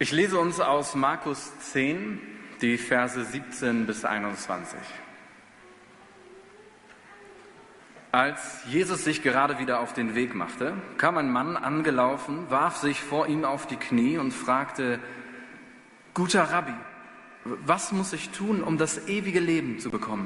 Ich lese uns aus Markus 10, die Verse 17 bis 21. Als Jesus sich gerade wieder auf den Weg machte, kam ein Mann angelaufen, warf sich vor ihm auf die Knie und fragte: Guter Rabbi, was muss ich tun, um das ewige Leben zu bekommen?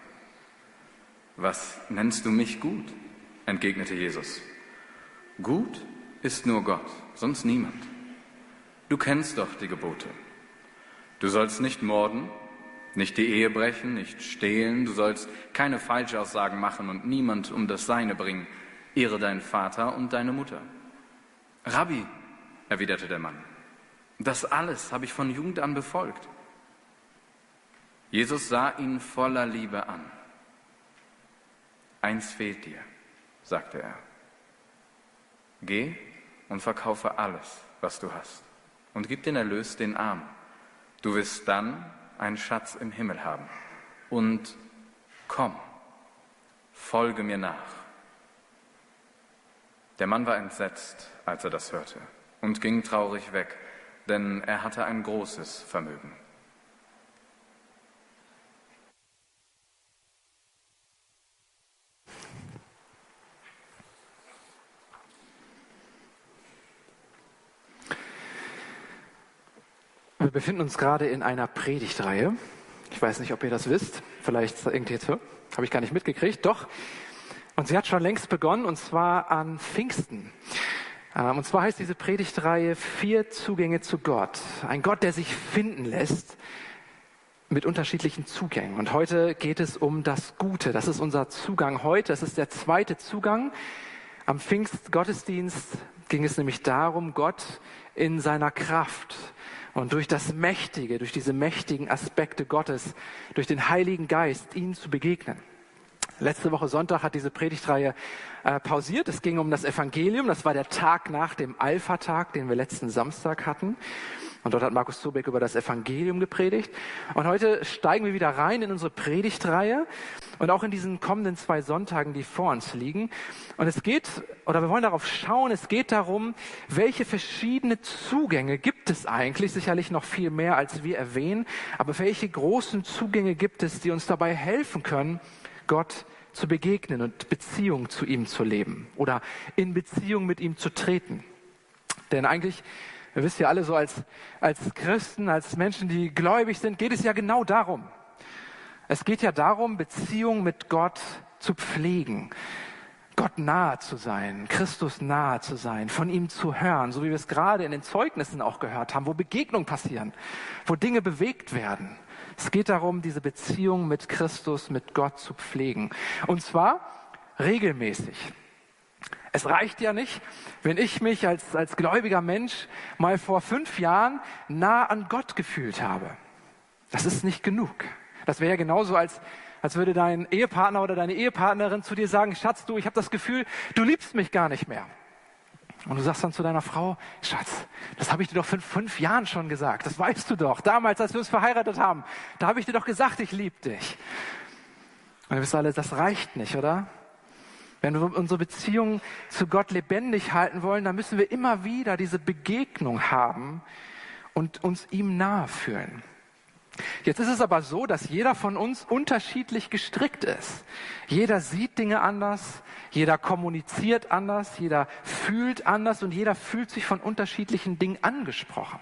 Was nennst du mich gut? Entgegnete Jesus. Gut ist nur Gott, sonst niemand. Du kennst doch die Gebote. Du sollst nicht morden, nicht die Ehe brechen, nicht stehlen, du sollst keine Falschaussagen machen und niemand um das Seine bringen. Ehre deinen Vater und deine Mutter. Rabbi, erwiderte der Mann, das alles habe ich von Jugend an befolgt. Jesus sah ihn voller Liebe an. Eins fehlt dir, sagte er. Geh und verkaufe alles, was du hast, und gib den Erlös den Armen. Du wirst dann einen Schatz im Himmel haben. Und komm, folge mir nach. Der Mann war entsetzt, als er das hörte, und ging traurig weg, denn er hatte ein großes Vermögen. Wir befinden uns gerade in einer Predigtreihe. Ich weiß nicht, ob ihr das wisst. Vielleicht irgendwie jetzt, habe ich gar nicht mitgekriegt. Doch. Und sie hat schon längst begonnen, und zwar an Pfingsten. Und zwar heißt diese Predigtreihe 4 Zugänge zu Gott. Ein Gott, der sich finden lässt mit unterschiedlichen Zugängen. Und heute geht es um das Gute. Das ist unser Zugang heute. Das ist der zweite Zugang. Am Pfingstgottesdienst ging es nämlich darum, Gott in seiner Kraft und durch das Mächtige, durch diese mächtigen Aspekte Gottes, durch den Heiligen Geist, ihnen zu begegnen. Letzte Woche Sonntag hat diese Predigtreihe pausiert. Es ging um das Evangelium. Das war der Tag nach dem Alpha-Tag, den wir letzten Samstag hatten. Und dort hat Markus Zubeck über das Evangelium gepredigt. Und heute steigen wir wieder rein in unsere Predigtreihe und auch in diesen kommenden 2 Sonntagen, die vor uns liegen. Und wir wollen darauf schauen, es geht darum, welche verschiedene Zugänge gibt es eigentlich, sicherlich noch viel mehr, als wir erwähnen, aber welche großen Zugänge gibt es, die uns dabei helfen können, Gott zu begegnen und Beziehung zu ihm zu leben oder in Beziehung mit ihm zu treten. Denn eigentlich, ihr wisst ja alle so als Christen, als Menschen, die gläubig sind, geht es ja genau darum. Es geht ja darum, Beziehung mit Gott zu pflegen, Gott nahe zu sein, Christus nahe zu sein, von ihm zu hören, so wie wir es gerade in den Zeugnissen auch gehört haben, wo Begegnungen passieren, wo Dinge bewegt werden. Es geht darum, diese Beziehung mit Christus, mit Gott zu pflegen. Und zwar regelmäßig. Es reicht ja nicht, wenn ich mich als gläubiger Mensch mal vor 5 Jahren nah an Gott gefühlt habe. Das ist nicht genug. Das wäre ja genauso, als würde dein Ehepartner oder deine Ehepartnerin zu dir sagen: Schatz, ich habe das Gefühl, du liebst mich gar nicht mehr. Und du sagst dann zu deiner Frau: Schatz, das habe ich dir doch vor 5 Jahren schon gesagt. Das weißt du doch. Damals, als wir uns verheiratet haben, da habe ich dir doch gesagt, ich liebe dich. Und ihr wisst alle, das reicht nicht, oder? Wenn wir unsere Beziehung zu Gott lebendig halten wollen, dann müssen wir immer wieder diese Begegnung haben und uns ihm nahe fühlen. Jetzt ist es aber so, dass jeder von uns unterschiedlich gestrickt ist. Jeder sieht Dinge anders, jeder kommuniziert anders, jeder fühlt anders und jeder fühlt sich von unterschiedlichen Dingen angesprochen.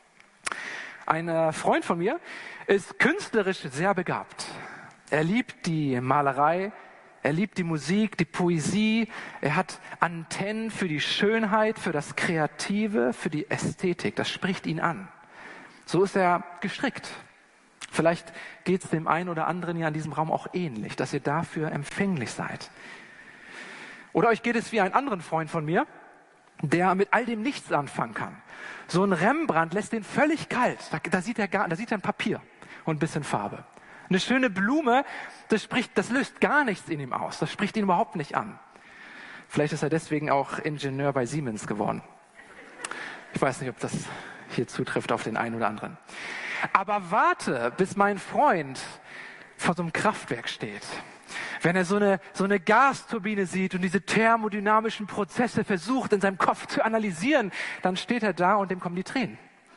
Ein Freund von mir ist künstlerisch sehr begabt. Er liebt die Malerei, er liebt die Musik, die Poesie, er hat Antennen für die Schönheit, für das Kreative, für die Ästhetik. Das spricht ihn an. So ist er gestrickt. Vielleicht geht es dem einen oder anderen ja in diesem Raum auch ähnlich, dass ihr dafür empfänglich seid. Oder euch geht es wie einen anderen Freund von mir, der mit all dem nichts anfangen kann. So ein Rembrandt lässt den völlig kalt. Da sieht er ein Papier und ein bisschen Farbe. Eine schöne Blume, das löst gar nichts in ihm aus. Das spricht ihn überhaupt nicht an. Vielleicht ist er deswegen auch Ingenieur bei Siemens geworden. Ich weiß nicht, ob das hier zutrifft auf den einen oder anderen. Aber warte, bis mein Freund vor so einem Kraftwerk steht. Wenn er so eine Gasturbine sieht und diese thermodynamischen Prozesse versucht, in seinem Kopf zu analysieren, dann steht er da und dem kommen die Tränen.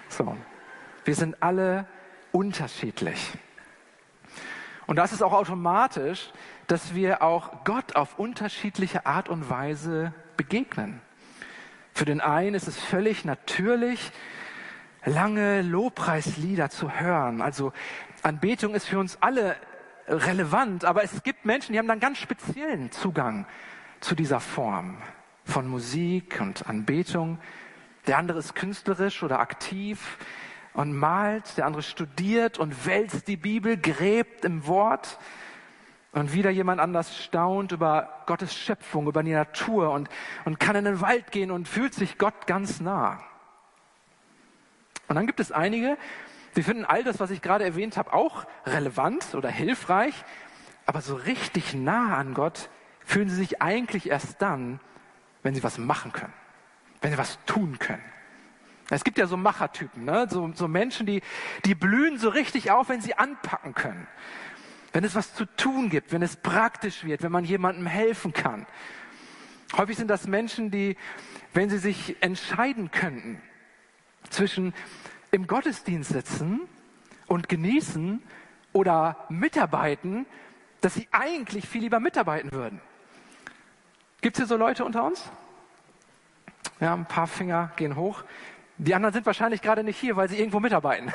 So. Wir sind alle unterschiedlich. Und das ist auch automatisch, dass wir auch Gott auf unterschiedliche Art und Weise begegnen. Für den einen ist es völlig natürlich, lange Lobpreislieder zu hören. Also Anbetung ist für uns alle relevant, aber es gibt Menschen, die haben dann ganz speziellen Zugang zu dieser Form von Musik und Anbetung. Der andere ist künstlerisch oder aktiv und malt, der andere studiert und wälzt die Bibel, gräbt im Wort. Und wieder jemand anders staunt über Gottes Schöpfung, über die Natur und kann in den Wald gehen und fühlt sich Gott ganz nah. Und dann gibt es einige, die finden all das, was ich gerade erwähnt habe, auch relevant oder hilfreich, aber so richtig nah an Gott fühlen sie sich eigentlich erst dann, wenn sie was machen können, wenn sie was tun können. Es gibt ja so Machertypen, ne? so Menschen, die blühen so richtig auf, wenn sie anpacken können. Wenn es was zu tun gibt, wenn es praktisch wird, wenn man jemandem helfen kann. Häufig sind das Menschen, die, wenn sie sich entscheiden könnten, zwischen im Gottesdienst sitzen und genießen oder mitarbeiten, dass sie eigentlich viel lieber mitarbeiten würden. Gibt es hier so Leute unter uns? Ja, ein paar Finger gehen hoch. Die anderen sind wahrscheinlich gerade nicht hier, weil sie irgendwo mitarbeiten.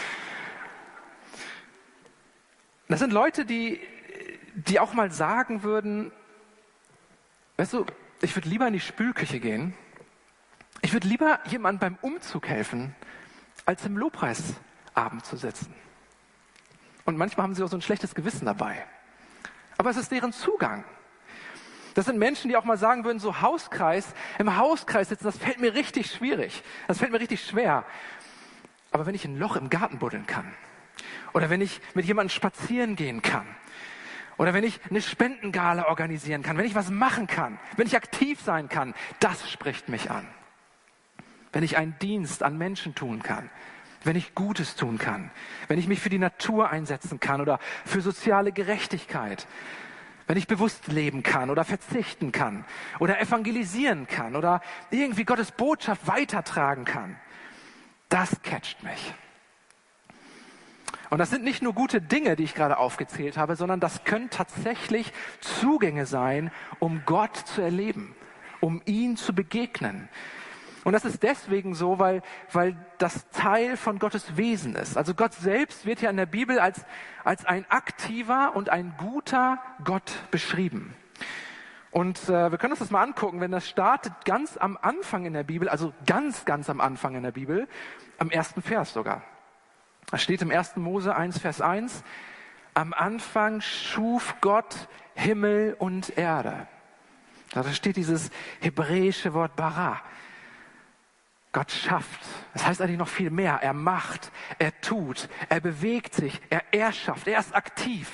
Das sind Leute, die auch mal sagen würden, weißt du, ich würde lieber in die Spülküche gehen, ich würde lieber jemandem beim Umzug helfen, als im Lobpreisabend zu sitzen. Und manchmal haben sie auch so ein schlechtes Gewissen dabei. Aber es ist deren Zugang. Das sind Menschen, die auch mal sagen würden, so im Hauskreis sitzen, das fällt mir richtig schwierig. Das fällt mir richtig schwer. Aber wenn ich ein Loch im Garten buddeln kann, oder wenn ich mit jemandem spazieren gehen kann, oder wenn ich eine Spendengala organisieren kann, wenn ich was machen kann, wenn ich aktiv sein kann, das spricht mich an. Wenn ich einen Dienst an Menschen tun kann, wenn ich Gutes tun kann, wenn ich mich für die Natur einsetzen kann oder für soziale Gerechtigkeit, wenn ich bewusst leben kann oder verzichten kann oder evangelisieren kann oder irgendwie Gottes Botschaft weitertragen kann, das catcht mich. Und das sind nicht nur gute Dinge, die ich gerade aufgezählt habe, sondern das können tatsächlich Zugänge sein, um Gott zu erleben, um ihm zu begegnen. Und das ist deswegen so, weil das Teil von Gottes Wesen ist. Also Gott selbst wird ja in der Bibel als ein aktiver und ein guter Gott beschrieben. Und wir können uns das mal angucken, wenn das startet ganz am Anfang in der Bibel, also ganz, ganz am Anfang in der Bibel, am 1. Vers sogar. Da steht im 1. Mose 1, Vers 1, am Anfang schuf Gott Himmel und Erde. Da steht dieses hebräische Wort bara. Gott schafft. Das heißt eigentlich noch viel mehr. Er macht, er tut, er bewegt sich, er erschafft, er ist aktiv.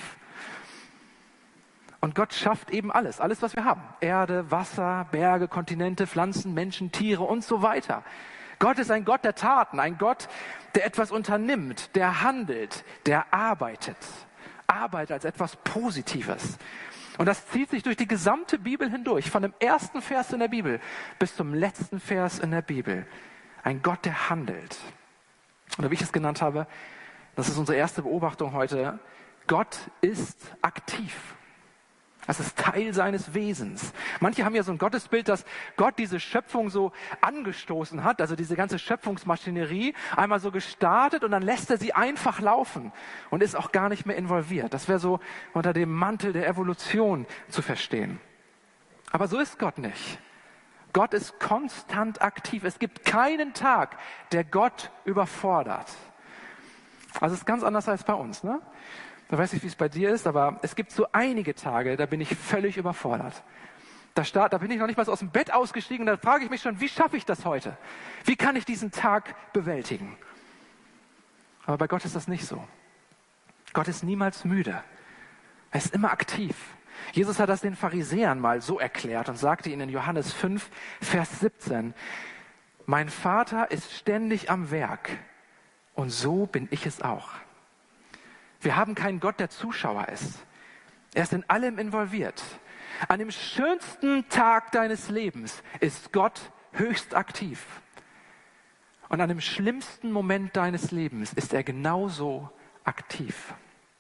Und Gott schafft eben alles, was wir haben. Erde, Wasser, Berge, Kontinente, Pflanzen, Menschen, Tiere und so weiter. Gott ist ein Gott der Taten, ein Gott, der etwas unternimmt, der handelt, der arbeitet. Arbeit als etwas Positives. Und das zieht sich durch die gesamte Bibel hindurch, von dem ersten Vers in der Bibel bis zum letzten Vers in der Bibel. Ein Gott, der handelt. Oder wie ich es genannt habe, das ist unsere erste Beobachtung heute, Gott ist aktiv. Das ist Teil seines Wesens. Manche haben ja so ein Gottesbild, dass Gott diese Schöpfung so angestoßen hat, also diese ganze Schöpfungsmaschinerie einmal so gestartet und dann lässt er sie einfach laufen und ist auch gar nicht mehr involviert. Das wäre so unter dem Mantel der Evolution zu verstehen. Aber so ist Gott nicht. Gott ist konstant aktiv. Es gibt keinen Tag, der Gott überfordert. Also es ist ganz anders als bei uns, ne? Ich weiß nicht, wie es bei dir ist, aber es gibt so einige Tage, da bin ich völlig überfordert. Da bin ich noch nicht mal aus dem Bett ausgestiegen und da frage ich mich schon, wie schaffe ich das heute? Wie kann ich diesen Tag bewältigen? Aber bei Gott ist das nicht so. Gott ist niemals müde. Er ist immer aktiv. Jesus hat das den Pharisäern mal so erklärt und sagte ihnen in Johannes 5, Vers 17, mein Vater ist ständig am Werk und so bin ich es auch. Wir haben keinen Gott, der Zuschauer ist. Er ist in allem involviert. An dem schönsten Tag deines Lebens ist Gott höchst aktiv. Und an dem schlimmsten Moment deines Lebens ist er genauso aktiv.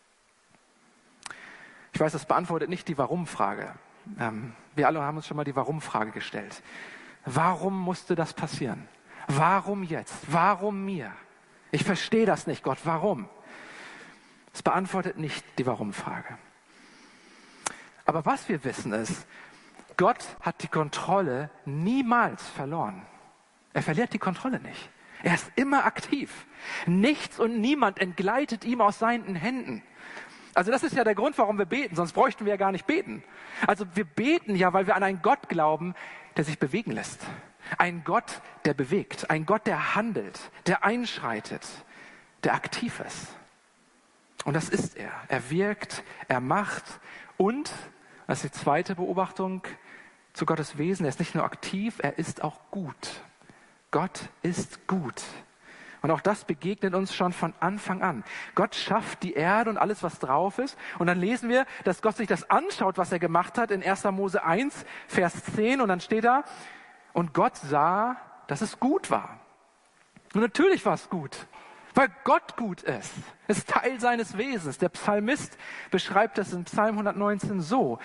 Ich weiß, das beantwortet nicht die Warum-Frage. Wir alle haben uns schon mal die Warum-Frage gestellt. Warum musste das passieren? Warum jetzt? Warum mir? Ich verstehe das nicht, Gott. Warum? Es beantwortet nicht die Warum-Frage. Aber was wir wissen ist, Gott hat die Kontrolle niemals verloren. Er verliert die Kontrolle nicht. Er ist immer aktiv. Nichts und niemand entgleitet ihm aus seinen Händen. Also das ist ja der Grund, warum wir beten, sonst bräuchten wir ja gar nicht beten. Also wir beten ja, weil wir an einen Gott glauben, der sich bewegen lässt. Ein Gott, der bewegt. Ein Gott, der handelt, der einschreitet, der aktiv ist. Und das ist er. Er wirkt, er macht und, das ist die zweite Beobachtung zu Gottes Wesen, er ist nicht nur aktiv, er ist auch gut. Gott ist gut. Und auch das begegnet uns schon von Anfang an. Gott schafft die Erde und alles, was drauf ist. Und dann lesen wir, dass Gott sich das anschaut, was er gemacht hat, in 1. Mose 1, Vers 10. Und dann steht da, und Gott sah, dass es gut war. Und natürlich war es gut, weil Gott gut ist. Es ist Teil seines Wesens. Der Psalmist beschreibt das in Psalm 119 so.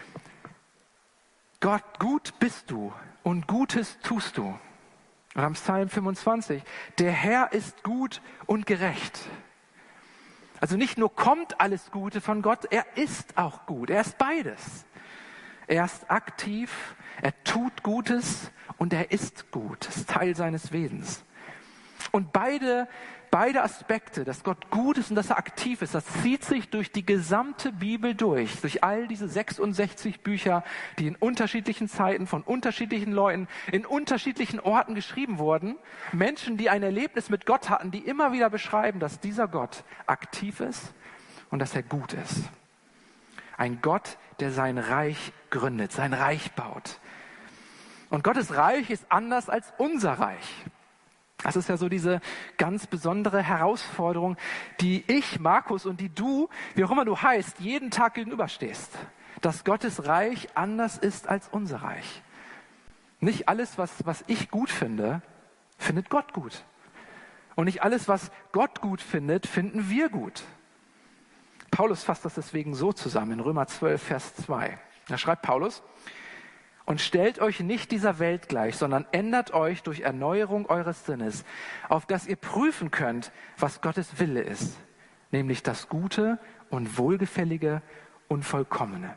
Gott, gut bist du und Gutes tust du. Und am Psalm 25, der Herr ist gut und gerecht. Also nicht nur kommt alles Gute von Gott, er ist auch gut. Er ist beides. Er ist aktiv, er tut Gutes und er ist gut. Das ist Teil seines Wesens. Und beide Aspekte, dass Gott gut ist und dass er aktiv ist, das zieht sich durch die gesamte Bibel durch all diese 66 Bücher, die in unterschiedlichen Zeiten von unterschiedlichen Leuten in unterschiedlichen Orten geschrieben wurden. Menschen, die ein Erlebnis mit Gott hatten, die immer wieder beschreiben, dass dieser Gott aktiv ist und dass er gut ist. Ein Gott, der sein Reich gründet, sein Reich baut. Und Gottes Reich ist anders als unser Reich. Das ist ja so diese ganz besondere Herausforderung, die ich, Markus, und die du, wie auch immer du heißt, jeden Tag gegenüberstehst. Dass Gottes Reich anders ist als unser Reich. Nicht alles, was ich gut finde, findet Gott gut. Und nicht alles, was Gott gut findet, finden wir gut. Paulus fasst das deswegen so zusammen in Römer 12, Vers 2. Da schreibt Paulus, und stellt euch nicht dieser Welt gleich, sondern ändert euch durch Erneuerung eures Sinnes, auf dass ihr prüfen könnt, was Gottes Wille ist, nämlich das Gute und Wohlgefällige und Vollkommene.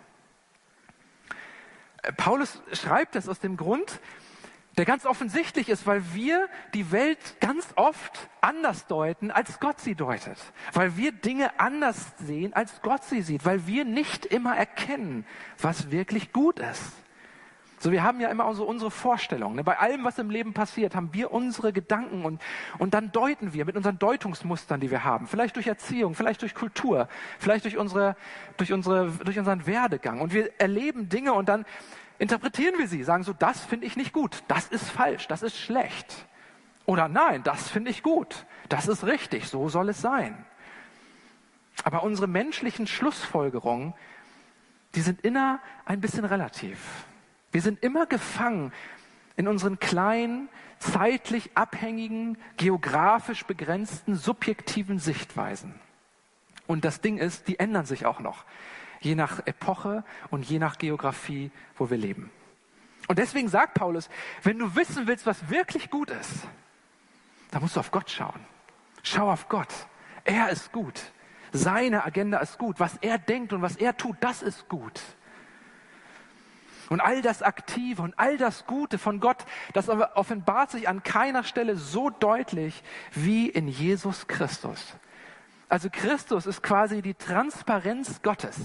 Paulus schreibt das aus dem Grund, der ganz offensichtlich ist, weil wir die Welt ganz oft anders deuten, als Gott sie deutet. Weil wir Dinge anders sehen, als Gott sie sieht. Weil wir nicht immer erkennen, was wirklich gut ist. So, wir haben ja immer so unsere Vorstellungen. Bei allem, was im Leben passiert, haben wir unsere Gedanken und dann deuten wir mit unseren Deutungsmustern, die wir haben. Vielleicht durch Erziehung, vielleicht durch Kultur, vielleicht durch unseren Werdegang. Und wir erleben Dinge und dann interpretieren wir sie, sagen so, das finde ich nicht gut, das ist falsch, das ist schlecht. Oder nein, das finde ich gut, das ist richtig, so soll es sein. Aber unsere menschlichen Schlussfolgerungen, die sind immer ein bisschen relativ. Wir sind immer gefangen in unseren kleinen, zeitlich abhängigen, geografisch begrenzten, subjektiven Sichtweisen. Und das Ding ist, die ändern sich auch noch, je nach Epoche und je nach Geografie, wo wir leben. Und deswegen sagt Paulus, wenn du wissen willst, was wirklich gut ist, dann musst du auf Gott schauen. Schau auf Gott. Er ist gut. Seine Agenda ist gut. Was er denkt und was er tut, das ist gut. Und all das Aktive und all das Gute von Gott, das offenbart sich an keiner Stelle so deutlich wie in Jesus Christus. Also Christus ist quasi die Transparenz Gottes.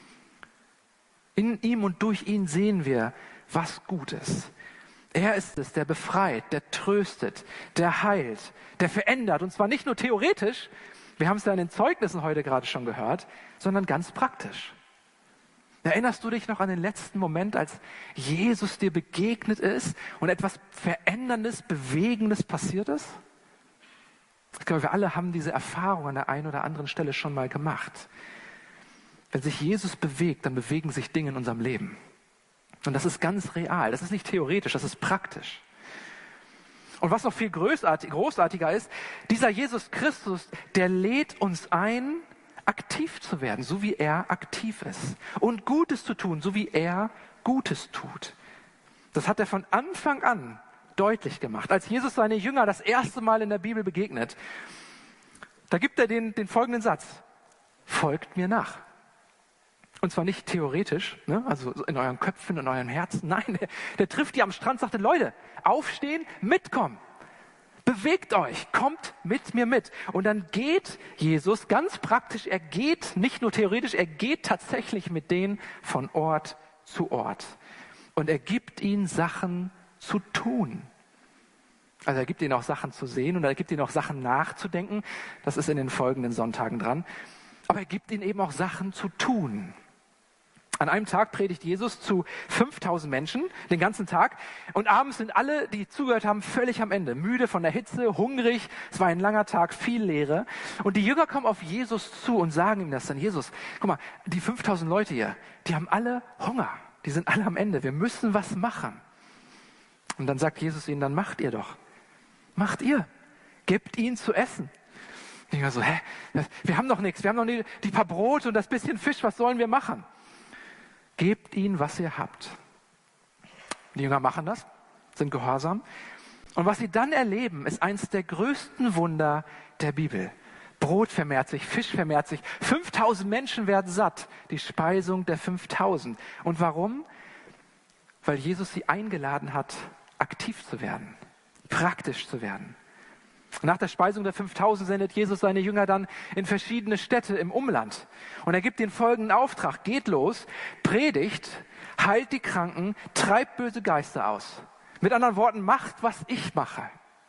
In ihm und durch ihn sehen wir, was gut ist. Er ist es, der befreit, der tröstet, der heilt, der verändert. Und zwar nicht nur theoretisch, wir haben es ja in den Zeugnissen heute gerade schon gehört, sondern ganz praktisch. Erinnerst du dich noch an den letzten Moment, als Jesus dir begegnet ist und etwas Veränderndes, Bewegendes passiert ist? Ich glaube, wir alle haben diese Erfahrung an der einen oder anderen Stelle schon mal gemacht. Wenn sich Jesus bewegt, dann bewegen sich Dinge in unserem Leben. Und das ist ganz real, das ist nicht theoretisch, das ist praktisch. Und was noch viel großartiger ist, dieser Jesus Christus, der lädt uns ein, aktiv zu werden, so wie er aktiv ist. Und Gutes zu tun, so wie er Gutes tut. Das hat er von Anfang an deutlich gemacht. Als Jesus seine Jünger das erste Mal in der Bibel begegnet, da gibt er den folgenden Satz: Folgt mir nach. Und zwar nicht theoretisch, ne? Also in euren Köpfen, in eurem Herzen. Nein, der trifft die am Strand, sagte: Leute, aufstehen, mitkommen. Bewegt euch, kommt mit mir mit. Und dann geht Jesus ganz praktisch, er geht nicht nur theoretisch, er geht tatsächlich mit denen von Ort zu Ort. Und er gibt ihnen Sachen zu tun. Also er gibt ihnen auch Sachen zu sehen und er gibt ihnen auch Sachen nachzudenken. Das ist in den folgenden Sonntagen dran. Aber er gibt ihnen eben auch Sachen zu tun. An einem Tag predigt Jesus zu 5000 Menschen, den ganzen Tag. Und abends sind alle, die zugehört haben, völlig am Ende. Müde von der Hitze, hungrig. Es war ein langer Tag, viel Leere. Und die Jünger kommen auf Jesus zu und sagen ihm das dann: Jesus, guck mal, die 5000 Leute hier, die haben alle Hunger. Die sind alle am Ende. Wir müssen was machen. Und dann sagt Jesus ihnen: Dann macht ihr doch. Macht ihr. Gebt ihnen zu essen. Die Jünger so: Wir haben doch nichts. Wir haben noch nie die paar Brote und das bisschen Fisch. Was sollen wir machen? Gebt ihnen, was ihr habt. Die Jünger machen das, sind gehorsam. Und was sie dann erleben, ist eines der größten Wunder der Bibel. Brot vermehrt sich, Fisch vermehrt sich, 5000 Menschen werden satt. Die Speisung der 5000. Und warum? Weil Jesus sie eingeladen hat, aktiv zu werden, praktisch zu werden. Nach der Speisung der 5000 sendet Jesus seine Jünger dann in verschiedene Städte im Umland. Und er gibt den folgenden Auftrag: Geht los, predigt, heilt die Kranken, treibt böse Geister aus. Mit anderen Worten, macht, was ich mache.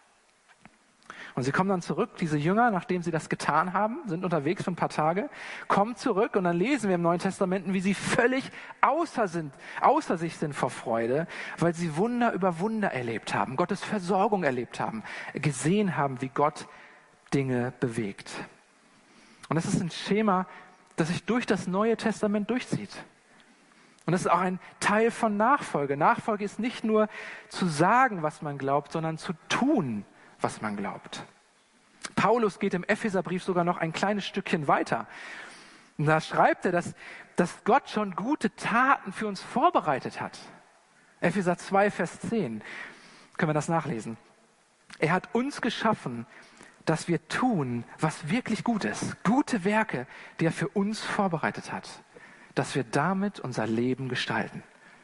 Und sie kommen dann zurück, diese Jünger, nachdem sie das getan haben, sind unterwegs für ein paar Tage, kommen zurück und dann lesen wir im Neuen Testament, wie sie völlig außer sich sind vor Freude, weil sie Wunder über Wunder erlebt haben, Gottes Versorgung erlebt haben, gesehen haben, wie Gott Dinge bewegt. Und das ist ein Schema, das sich durch das Neue Testament durchzieht. Und das ist auch ein Teil von Nachfolge. Nachfolge ist nicht nur zu sagen, was man glaubt, sondern zu tun, was man glaubt. Paulus geht im Epheserbrief sogar noch ein kleines Stückchen weiter. Und da schreibt er, dass Gott schon gute Taten für uns vorbereitet hat. Epheser 2, Vers 10. Können wir das nachlesen? Er hat uns geschaffen, dass wir tun, was wirklich gut ist. Gute Werke, die er für uns vorbereitet hat. Dass wir damit unser Leben gestalten.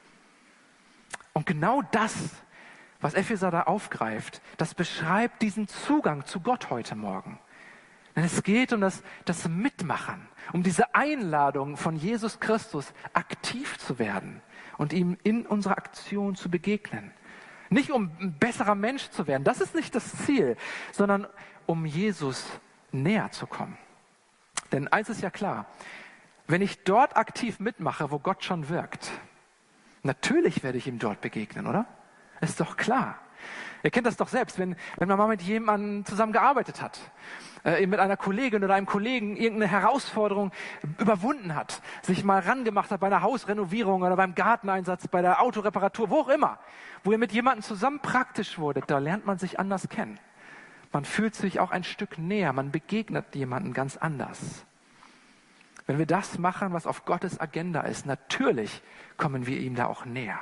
Und genau das, was Epheser da aufgreift, das beschreibt diesen Zugang zu Gott heute Morgen. Denn es geht um das Mitmachen, um diese Einladung von Jesus Christus, aktiv zu werden und ihm in unserer Aktion zu begegnen. Nicht um ein besserer Mensch zu werden, das ist nicht das Ziel, sondern um Jesus näher zu kommen. Denn eins ist ja klar: Wenn ich dort aktiv mitmache, wo Gott schon wirkt, natürlich werde ich ihm dort begegnen, oder? Ist doch klar. Ihr kennt das doch selbst, wenn man mal mit jemandem zusammengearbeitet hat, mit einer Kollegin oder einem Kollegen irgendeine Herausforderung überwunden hat, sich mal rangemacht hat bei einer Hausrenovierung oder beim Garteneinsatz, bei der Autoreparatur, wo auch immer, wo ihr mit jemandem zusammen praktisch wurdet, da lernt man sich anders kennen. Man fühlt sich auch ein Stück näher, man begegnet jemandem ganz anders. Wenn wir das machen, was auf Gottes Agenda ist, natürlich kommen wir ihm da auch näher.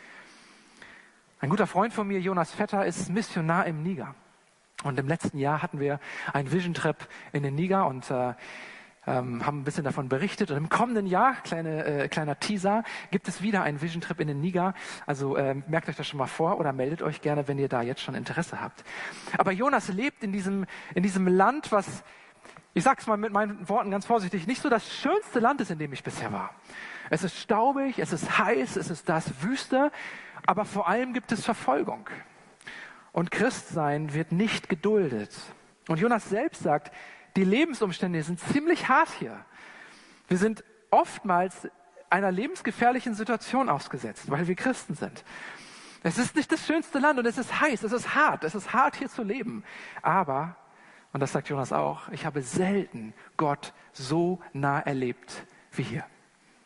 Ein guter Freund von mir, Jonas Vetter, ist Missionar im Niger. Und im letzten Jahr hatten wir einen Vision Trip in den Niger und haben ein bisschen davon berichtet. Und im kommenden Jahr, kleiner Teaser, gibt es wieder einen Vision Trip in den Niger. Also merkt euch das schon mal vor oder meldet euch gerne, wenn ihr da jetzt schon Interesse habt. Aber Jonas lebt in diesem Land, was, ich sag's mal mit meinen Worten ganz vorsichtig, nicht so das schönste Land ist, in dem ich bisher war. Es ist staubig, es ist heiß, es ist das Wüste, aber vor allem gibt es Verfolgung. Und Christsein wird nicht geduldet. Und Jonas selbst sagt, die Lebensumstände sind ziemlich hart hier. Wir sind oftmals einer lebensgefährlichen Situation ausgesetzt, weil wir Christen sind. Es ist nicht das schönste Land und es ist heiß, es ist hart hier zu leben. Aber, und das sagt Jonas auch, ich habe selten Gott so nah erlebt wie hier.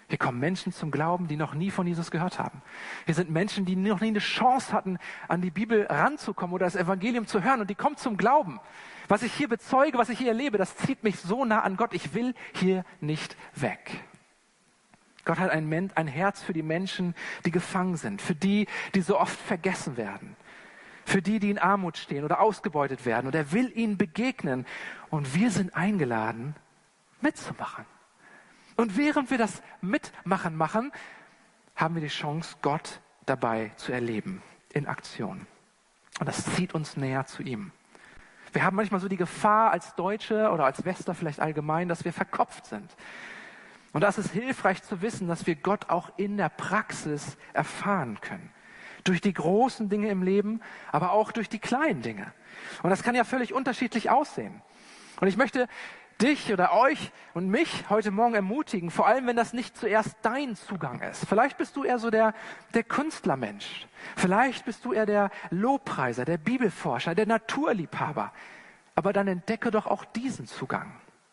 Hier kommen Menschen zum Glauben, die noch nie von Jesus gehört haben. Hier sind Menschen, die noch nie eine Chance hatten, an die Bibel ranzukommen oder das Evangelium zu hören, und die kommen zum Glauben. Was ich hier bezeuge, was ich hier erlebe, das zieht mich so nah an Gott. Ich will hier nicht weg. Gott hat ein Herz für die Menschen, die gefangen sind, für die, die so oft vergessen werden, für die, die in Armut stehen oder ausgebeutet werden. Und er will ihnen begegnen. Und wir sind eingeladen, mitzumachen. Und während wir das machen, haben wir die Chance, Gott dabei zu erleben, in Aktion. Und das zieht uns näher zu ihm. Wir haben manchmal so die Gefahr als Deutsche oder als Wester vielleicht allgemein, dass wir verkopft sind. Und das ist hilfreich zu wissen, dass wir Gott auch in der Praxis erfahren können. Durch die großen Dinge im Leben, aber auch durch die kleinen Dinge. Und das kann ja völlig unterschiedlich aussehen. Und ich möchte dich oder euch und mich heute Morgen ermutigen, vor allem wenn das nicht zuerst dein Zugang ist. Vielleicht bist du eher so der Künstlermensch. Vielleicht bist du eher der Lobpreiser, der Bibelforscher, der Naturliebhaber. Aber dann entdecke doch auch diesen Zugang.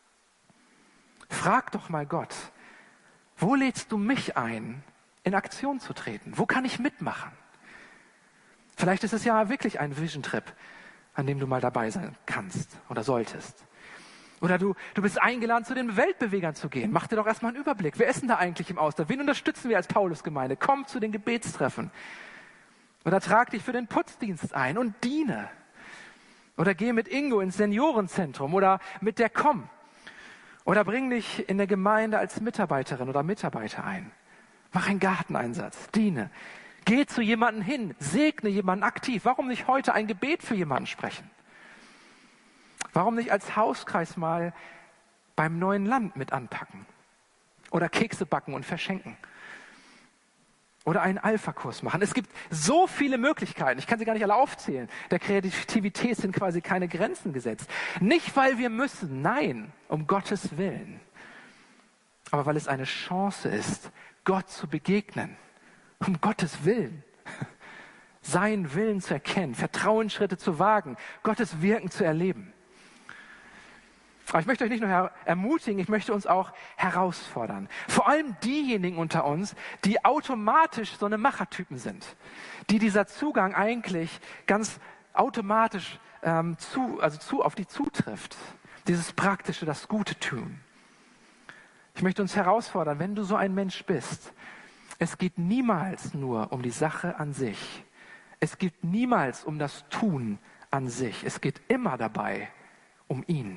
Frag doch mal Gott, wo lädst du mich ein, in Aktion zu treten? Wo kann ich mitmachen? Vielleicht ist es ja wirklich ein Vision-Trip, an dem du mal dabei sein kannst oder solltest. Oder du bist eingeladen, zu den Weltbewegern zu gehen. Mach dir doch erstmal einen Überblick. Wer ist denn da eigentlich im Austausch? Wen unterstützen wir als Paulusgemeinde? Komm zu den Gebetstreffen. Oder trag dich für den Putzdienst ein und diene. Oder geh mit Ingo ins Seniorenzentrum oder mit der Komm. Oder bring dich in der Gemeinde als Mitarbeiterin oder Mitarbeiter ein. Mach einen Garteneinsatz, diene. Geh zu jemandem hin, segne jemanden aktiv. Warum nicht heute ein Gebet für jemanden sprechen? Warum nicht als Hauskreis mal beim neuen Land mit anpacken? Oder Kekse backen und verschenken? Oder einen Alpha-Kurs machen? Es gibt so viele Möglichkeiten. Ich kann sie gar nicht alle aufzählen. Der Kreativität sind quasi keine Grenzen gesetzt. Nicht, weil wir müssen, nein, um Gottes Willen. Aber weil es eine Chance ist, Gott zu begegnen. Um Gottes Willen. Seinen Willen zu erkennen, Vertrauensschritte zu wagen, Gottes Wirken zu erleben. Aber ich möchte euch nicht nur ermutigen, ich möchte uns auch herausfordern. Vor allem diejenigen unter uns, die automatisch so eine Machertypen sind, die dieser Zugang eigentlich ganz automatisch auf die zutrifft. Dieses Praktische, das Gute tun. Ich möchte uns herausfordern, wenn du so ein Mensch bist, es geht niemals nur um die Sache an sich. Es geht niemals um das Tun an sich. Es geht immer dabei um ihn.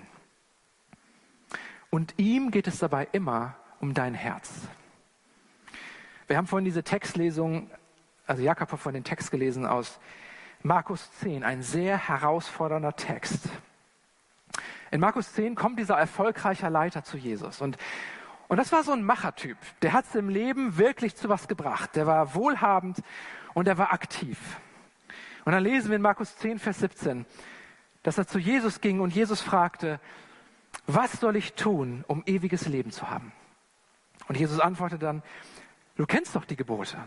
Und ihm geht es dabei immer um dein Herz. Wir haben vorhin diese Textlesung, also Jakob hat vorhin den Text gelesen aus Markus 10, ein sehr herausfordernder Text. In Markus 10 kommt dieser erfolgreiche Leiter zu Jesus. Und das war so ein Machertyp. Der hat es im Leben wirklich zu was gebracht. Der war wohlhabend und er war aktiv. Und dann lesen wir in Markus 10, Vers 17, dass er zu Jesus ging und Jesus fragte, was soll ich tun, um ewiges Leben zu haben? Und Jesus antwortete dann, du kennst doch die Gebote.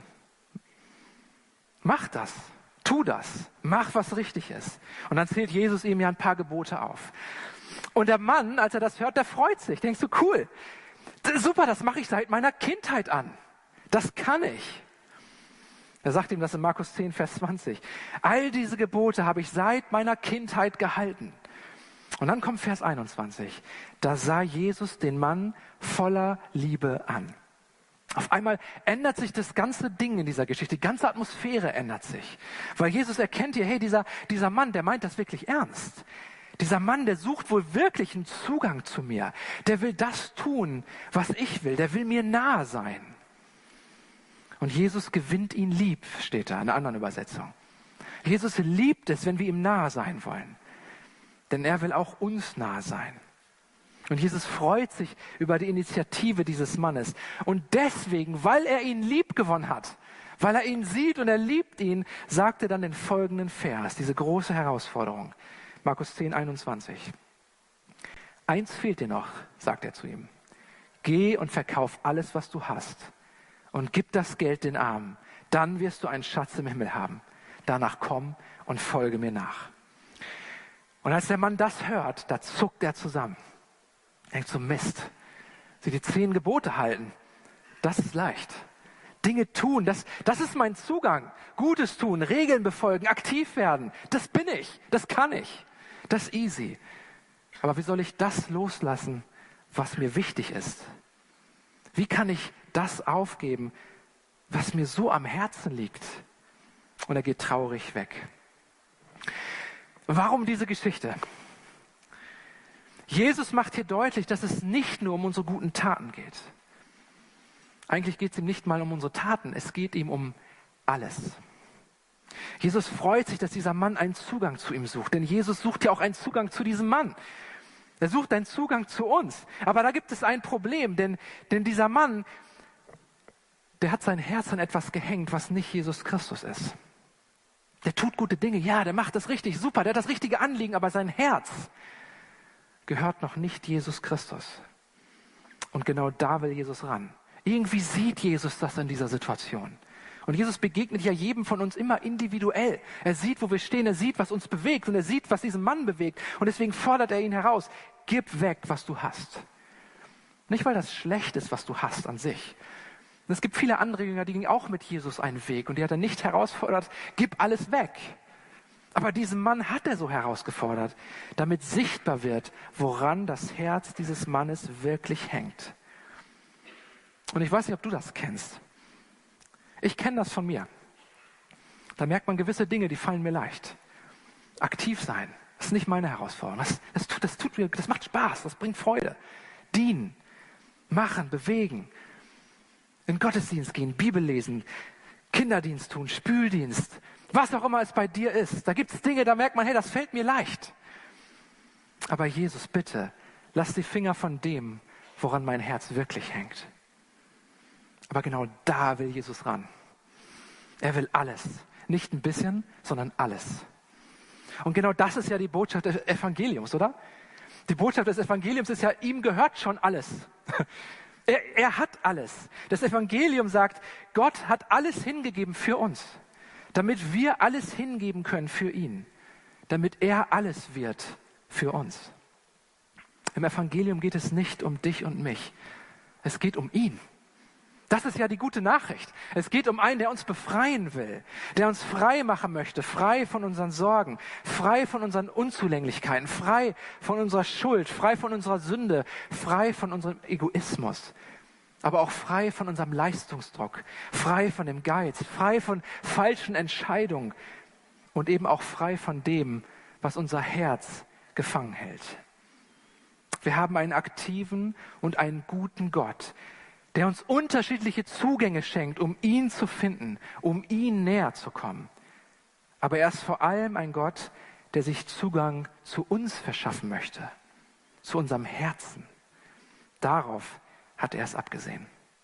Mach das, tu das, mach, was richtig ist. Und dann zählt Jesus ihm ja ein paar Gebote auf. Und der Mann, als er das hört, der freut sich. Denkst du, cool, super, das mache ich seit meiner Kindheit an. Das kann ich. Er sagt ihm das in Markus 10, Vers 20. All diese Gebote habe ich seit meiner Kindheit gehalten. Und dann kommt Vers 21. Da sah Jesus den Mann voller Liebe an. Auf einmal ändert sich das ganze Ding in dieser Geschichte. Die ganze Atmosphäre ändert sich. Weil Jesus erkennt hier, hey, dieser Mann, der meint das wirklich ernst. Dieser Mann, der sucht wohl wirklich einen Zugang zu mir. Der will das tun, was ich will. Der will mir nahe sein. Und Jesus gewinnt ihn lieb, steht da in einer anderen Übersetzung. Jesus liebt es, wenn wir ihm nahe sein wollen. Denn er will auch uns nahe sein. Und Jesus freut sich über die Initiative dieses Mannes. Und deswegen, weil er ihn lieb gewonnen hat, weil er ihn sieht und er liebt ihn, sagt er dann den folgenden Vers, diese große Herausforderung. Markus 10, 21. Eins fehlt dir noch, sagt er zu ihm. Geh und verkauf alles, was du hast und gib das Geld den Armen. Dann wirst du einen Schatz im Himmel haben. Danach komm und folge mir nach. Und als der Mann das hört, da zuckt er zusammen. Er denkt so, Mist, sie die 10 Gebote halten. Das ist leicht. Dinge tun, das ist mein Zugang. Gutes tun, Regeln befolgen, aktiv werden. Das bin ich, das kann ich. Das ist easy. Aber wie soll ich das loslassen, was mir wichtig ist? Wie kann ich das aufgeben, was mir so am Herzen liegt? Und er geht traurig weg. Warum diese Geschichte? Jesus macht hier deutlich, dass es nicht nur um unsere guten Taten geht. Eigentlich geht es ihm nicht mal um unsere Taten, es geht ihm um alles. Jesus freut sich, dass dieser Mann einen Zugang zu ihm sucht, denn Jesus sucht ja auch einen Zugang zu diesem Mann. Er sucht einen Zugang zu uns. Aber da gibt es ein Problem, denn dieser Mann, der hat sein Herz an etwas gehängt, was nicht Jesus Christus ist. Der tut gute Dinge, ja, der macht das richtig, super, der hat das richtige Anliegen, aber sein Herz gehört noch nicht Jesus Christus. Und genau da will Jesus ran. Irgendwie sieht Jesus das in dieser Situation. Und Jesus begegnet ja jedem von uns immer individuell. Er sieht, wo wir stehen, er sieht, was uns bewegt und er sieht, was diesen Mann bewegt. Und deswegen fordert er ihn heraus, gib weg, was du hast. Nicht, weil das schlecht ist, was du hast an sich. Und es gibt viele andere Jünger, die gingen auch mit Jesus einen Weg und die hat er nicht herausfordert, gib alles weg. Aber diesen Mann hat er so herausgefordert, damit sichtbar wird, woran das Herz dieses Mannes wirklich hängt. Und ich weiß nicht, ob du das kennst. Ich kenne das von mir. Da merkt man gewisse Dinge, die fallen mir leicht. Aktiv sein, das ist nicht meine Herausforderung. Das macht Spaß, das bringt Freude. Dienen, machen, bewegen, in den Gottesdienst gehen, Bibel lesen, Kinderdienst tun, Spüldienst, was auch immer es bei dir ist. Da gibt es Dinge, da merkt man, hey, das fällt mir leicht. Aber Jesus, bitte, lass die Finger von dem, woran mein Herz wirklich hängt. Aber genau da will Jesus ran. Er will alles. Nicht ein bisschen, sondern alles. Und genau das ist ja die Botschaft des Evangeliums, oder? Die Botschaft des Evangeliums ist ja, ihm gehört schon alles. Er hat alles. Das Evangelium sagt, Gott hat alles hingegeben für uns, damit wir alles hingeben können für ihn, damit er alles wird für uns. Im Evangelium geht es nicht um dich und mich. Es geht um ihn. Das ist ja die gute Nachricht. Es geht um einen, der uns befreien will, der uns frei machen möchte, frei von unseren Sorgen, frei von unseren Unzulänglichkeiten, frei von unserer Schuld, frei von unserer Sünde, frei von unserem Egoismus, aber auch frei von unserem Leistungsdruck, frei von dem Geiz, frei von falschen Entscheidungen und eben auch frei von dem, was unser Herz gefangen hält. Wir haben einen aktiven und einen guten Gott, der uns unterschiedliche Zugänge schenkt, um ihn zu finden, um ihn näher zu kommen. Aber er ist vor allem ein Gott, der sich Zugang zu uns verschaffen möchte, zu unserem Herzen. Darauf hat er es abgesehen.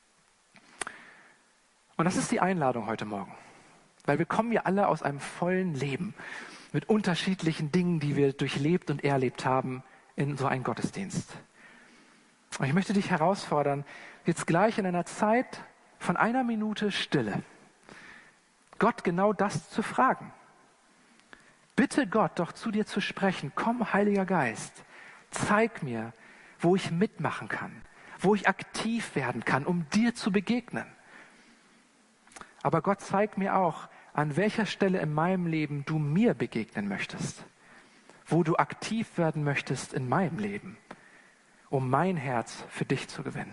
Und das ist die Einladung heute Morgen, weil wir kommen ja alle aus einem vollen Leben mit unterschiedlichen Dingen, die wir durchlebt und erlebt haben in so einen Gottesdienst. Und ich möchte dich herausfordern, jetzt gleich in einer Zeit von 1 Minute Stille, Gott genau das zu fragen. Bitte Gott doch zu dir zu sprechen. Komm, Heiliger Geist, zeig mir, wo ich mitmachen kann, wo ich aktiv werden kann, um dir zu begegnen. Aber Gott, zeig mir auch, an welcher Stelle in meinem Leben du mir begegnen möchtest, wo du aktiv werden möchtest in meinem Leben, um mein Herz für dich zu gewinnen.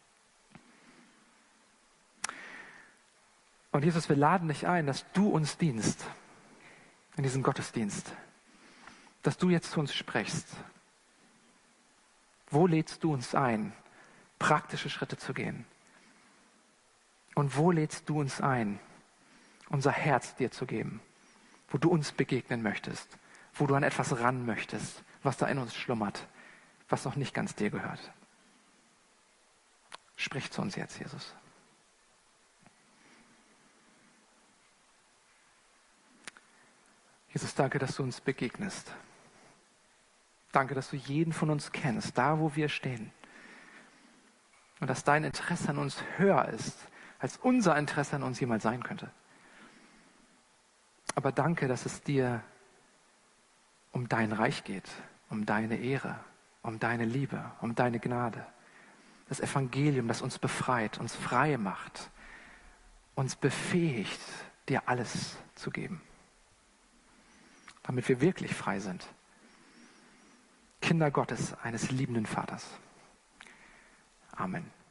Und Jesus, wir laden dich ein, dass du uns dienst in diesem Gottesdienst, dass du jetzt zu uns sprichst. Wo lädst du uns ein, praktische Schritte zu gehen? Und wo lädst du uns ein, unser Herz dir zu geben, wo du uns begegnen möchtest, wo du an etwas ran möchtest, was da in uns schlummert, was noch nicht ganz dir gehört? Sprich zu uns jetzt, Jesus. Jesus, danke, dass du uns begegnest. Danke, dass du jeden von uns kennst, da wo wir stehen. Und dass dein Interesse an uns höher ist, als unser Interesse an uns jemals sein könnte. Aber danke, dass es dir um dein Reich geht, um deine Ehre, um deine Liebe, um deine Gnade. Das Evangelium, das uns befreit, uns frei macht, uns befähigt, dir alles zu geben. Damit wir wirklich frei sind. Kinder Gottes, eines liebenden Vaters. Amen.